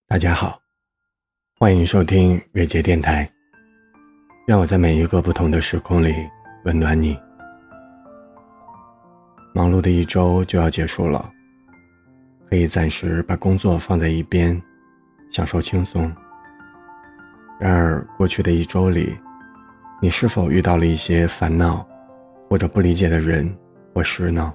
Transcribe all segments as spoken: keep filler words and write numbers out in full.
大家好，欢迎收听瑞杰电台，让我在每一个不同的时空里温暖你。忙碌的一周就要结束了，可以暂时把工作放在一边，享受轻松。然而过去的一周里，你是否遇到了一些烦恼或者不理解的人或事呢？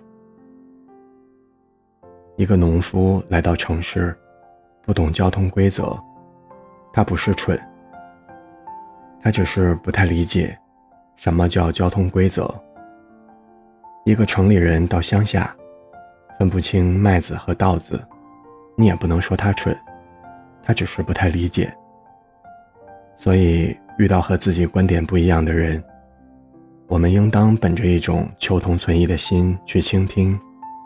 一个农夫来到城市，不懂交通规则，他不是蠢，他只是不太理解什么叫交通规则。一个城里人到乡下，分不清麦子和稻子，你也不能说他蠢，他只是不太理解。所以遇到和自己观点不一样的人，我们应当本着一种求同存异的心去倾听。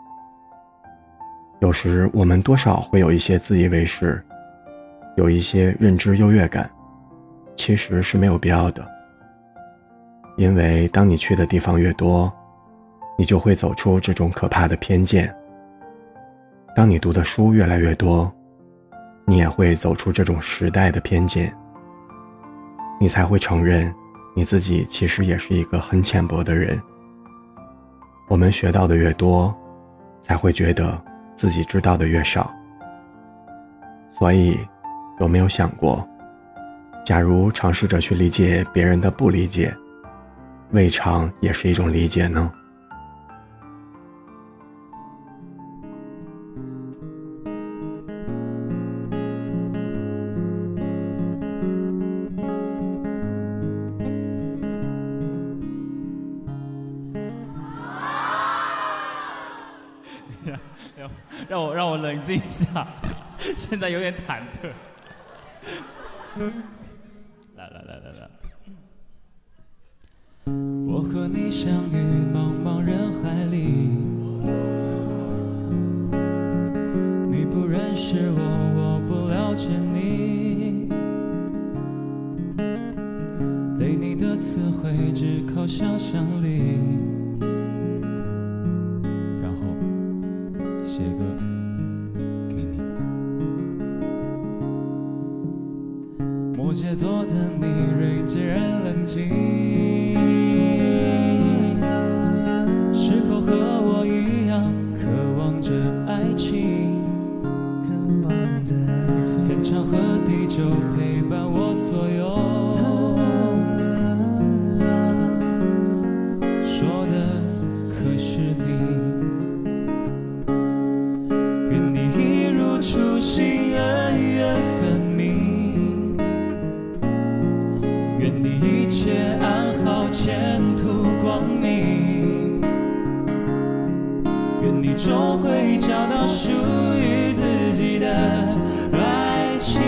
有时我们多少会有一些自以为是，有一些认知优越感，其实是没有必要的。因为当你去的地方越多，你就会走出这种可怕的偏见。当你读的书越来越多，你也会走出这种时代的偏见。你才会承认你自己其实也是一个很浅薄的人。我们学到的越多，才会觉得自己知道的越少。所以有没有想过，假如尝试着去理解别人的不理解，未尝也是一种理解呢？ 让我让我冷静一下，现在有点忐忑。来来来来来， 我和你相遇茫茫人海里，你不认识我，我不了解你，对你的词汇只靠想象力，然后写个给你。摩羯座的你睿智而冷静，是否和我一样渴望着爱情？天长和地久陪伴我左右，说的可是你。愿你一如初心，恩怨分明，愿你一切安好，前途光明，愿你终会找到属于自己的爱情。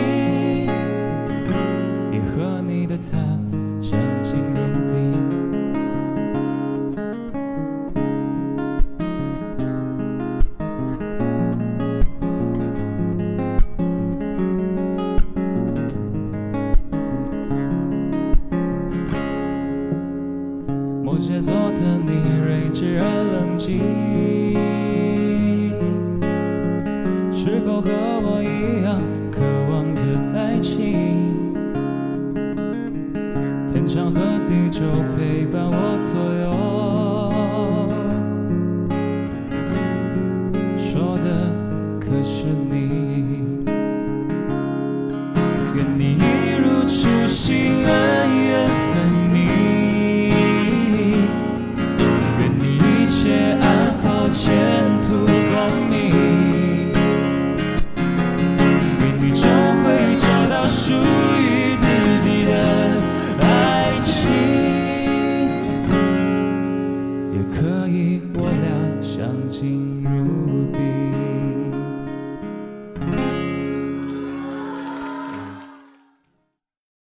你和你的他相敬如宾，摩羯座的你睿智而冷静，是否和我一样渴望着爱情？天长和